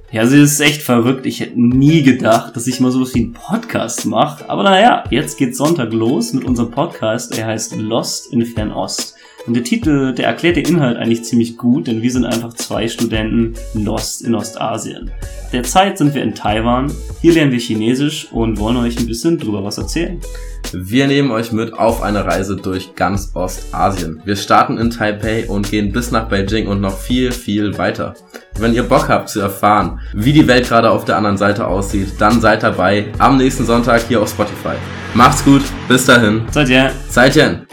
Ja, also das ist echt verrückt. Ich hätte nie gedacht, dass ich mal sowas wie einen Podcast mache. Aber naja, jetzt geht's Sonntag los mit unserem Podcast. Er heißt Lost in Fernost. Und der Titel, der erklärt den Inhalt eigentlich ziemlich gut, denn wir sind einfach 2 Studenten lost in Ostasien. Derzeit sind wir in Taiwan. Hier lernen wir Chinesisch und wollen euch ein bisschen drüber was erzählen. Wir nehmen euch mit auf eine Reise durch ganz Ostasien. Wir starten in Taipei und gehen bis nach Beijing und noch viel, viel weiter. Wenn ihr Bock habt zu erfahren, wie die Welt gerade auf der anderen Seite aussieht, dann seid dabei am nächsten Sonntag hier auf Spotify. Macht's gut, bis dahin. Seid ihr?